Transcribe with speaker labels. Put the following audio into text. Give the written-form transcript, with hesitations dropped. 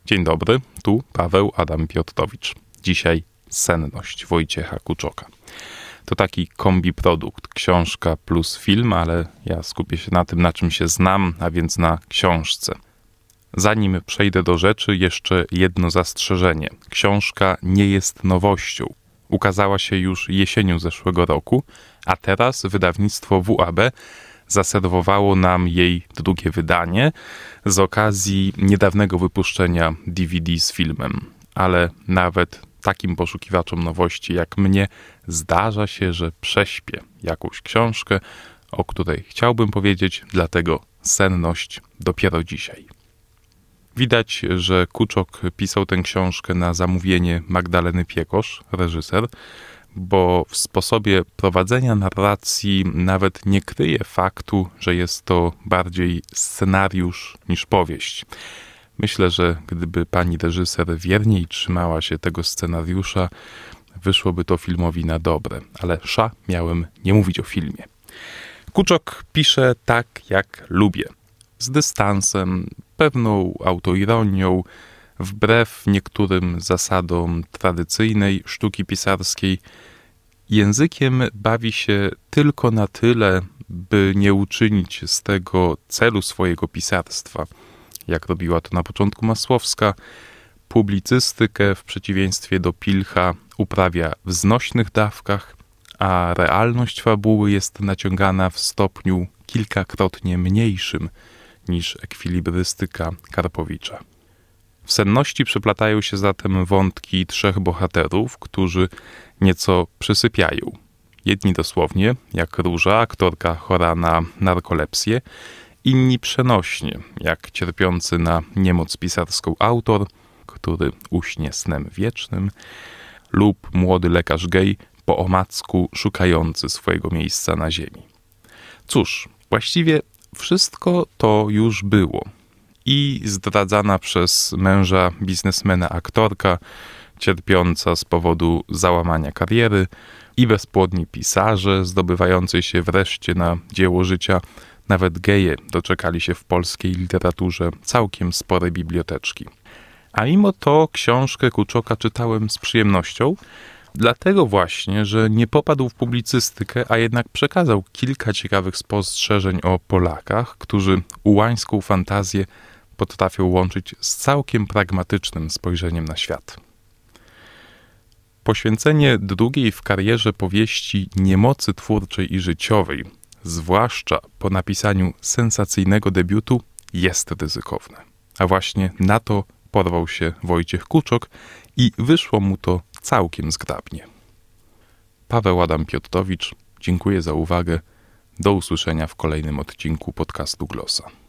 Speaker 1: Dzień dobry, tu Paweł Adam Piotrowicz. Dzisiaj Senność Wojciecha Kuczoka. To taki kombiprodukt, książka plus film, ale ja skupię się na tym, na czym się znam, a więc na książce. Zanim przejdę do rzeczy, jeszcze jedno zastrzeżenie. Książka nie jest nowością. Ukazała się już jesienią zeszłego roku, a teraz wydawnictwo WAB zaserwowało nam jej drugie wydanie z okazji niedawnego wypuszczenia DVD z filmem. Ale nawet takim poszukiwaczom nowości jak mnie zdarza się, że prześpię jakąś książkę, o której chciałbym powiedzieć, dlatego Senność dopiero dzisiaj. Widać, że Kuczok pisał tę książkę na zamówienie Magdaleny Piekosz, reżyser, bo w sposobie prowadzenia narracji nawet nie kryje faktu, że jest to bardziej scenariusz niż powieść. Myślę, że gdyby pani reżyser wierniej trzymała się tego scenariusza, wyszłoby to filmowi na dobre, ale miałem nie mówić o filmie. Kuczok pisze tak, jak lubię. Z dystansem, pewną autoironią, wbrew niektórym zasadom tradycyjnej sztuki pisarskiej, językiem bawi się tylko na tyle, by nie uczynić z tego celu swojego pisarstwa. Jak robiła to na początku Masłowska, publicystykę w przeciwieństwie do Pilcha uprawia w znośnych dawkach, a realność fabuły jest naciągana w stopniu kilkakrotnie mniejszym niż ekwilibrystyka Karpowicza. W Senności przeplatają się zatem wątki trzech bohaterów, którzy nieco przysypiają. Jedni dosłownie, jak Róża, aktorka chora na narkolepsję, inni przenośnie, jak cierpiący na niemoc pisarską autor, który uśnie snem wiecznym, lub młody lekarz gej, po omacku szukający swojego miejsca na ziemi. Cóż, właściwie wszystko to już było. I zdradzana przez męża biznesmena aktorka, cierpiąca z powodu załamania kariery, i bezpłodni pisarze zdobywający się wreszcie na dzieło życia. Nawet geje doczekali się w polskiej literaturze całkiem sporej biblioteczki. A mimo to książkę Kuczoka czytałem z przyjemnością, dlatego właśnie, że nie popadł w publicystykę, a jednak przekazał kilka ciekawych spostrzeżeń o Polakach, którzy ułańską fantazję potrafią łączyć z całkiem pragmatycznym spojrzeniem na świat. Poświęcenie drugiej w karierze powieści niemocy twórczej i życiowej, zwłaszcza po napisaniu sensacyjnego debiutu, jest ryzykowne. A właśnie na to porwał się Wojciech Kuczok i wyszło mu to całkiem zgrabnie. Paweł Adam Piotrowicz, dziękuję za uwagę. Do usłyszenia w kolejnym odcinku podcastu Glosa.